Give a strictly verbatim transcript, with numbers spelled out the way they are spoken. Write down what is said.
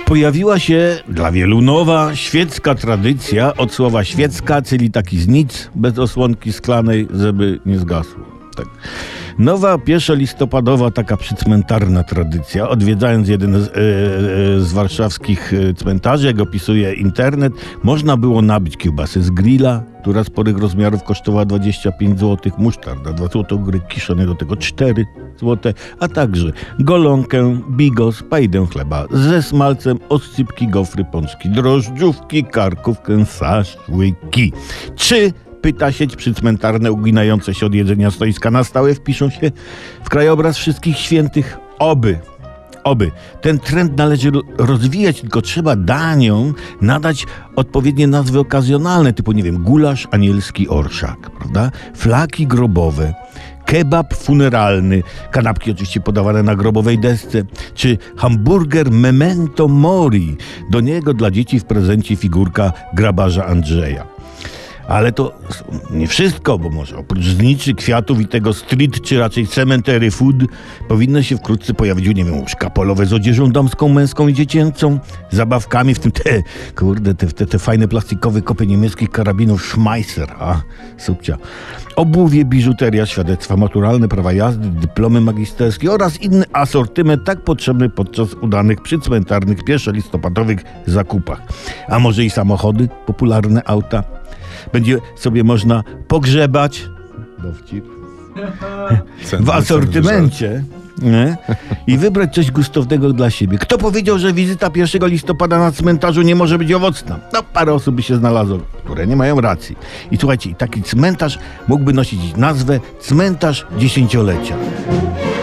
Pojawiła się dla wielu nowa, świecka tradycja od słowa świecka, czyli taki z nic, bez osłonki szklanej, żeby nie zgasło. Tak. Nowa, pierwsza listopadowa, taka przycmentarna tradycja. Odwiedzając jeden z, yy, z warszawskich cmentarzy, jak opisuje internet, można było nabyć kiełbasy z grilla, która sporych rozmiarów kosztowała dwadzieścia pięć złotych, musztarda dwa złote, ogórek kiszony do tego cztery złote, a także golonkę, bigos, pajdę chleba ze smalcem, oscypki, gofry, pączki, drożdżówki, karkówkę, szaszłyki. Czy pyta sieć przycmentarne uginające się od jedzenia stoiska na stałe wpiszą się w krajobraz wszystkich świętych? Oby. Oby. Ten trend należy rozwijać, tylko trzeba daniom nadać odpowiednie nazwy okazjonalne, typu, nie wiem, gulasz anielski orszak, prawda? Flaki grobowe, kebab funeralny, kanapki oczywiście podawane na grobowej desce, czy hamburger memento mori. Do niego dla dzieci w prezencie figurka grabarza Andrzeja. Ale to nie wszystko, bo może oprócz zniczy, kwiatów i tego street, czy raczej cemetery food, powinno się wkrótce pojawić, nie wiem, łóżka polowe z odzieżą damską, męską i dziecięcą, zabawkami, w tym te, kurde, te, te, te fajne plastikowe kopie niemieckich karabinów Schmeisser, a, subcia. Obuwie, biżuteria, świadectwa maturalne, prawa jazdy, dyplomy magisterskie oraz inny asortyment tak potrzebny podczas udanych przycmentarnych pierwszolistopadowych zakupach. A może i samochody, popularne auta. Będzie sobie można pogrzebać dowcip w asortymencie, nie? I wybrać coś gustownego dla siebie. Kto powiedział, że wizyta pierwszego listopada na cmentarzu nie może być owocna? No, parę osób by się znalazło, które nie mają racji. I słuchajcie, taki cmentarz mógłby nosić nazwę Cmentarz Dziesięciolecia.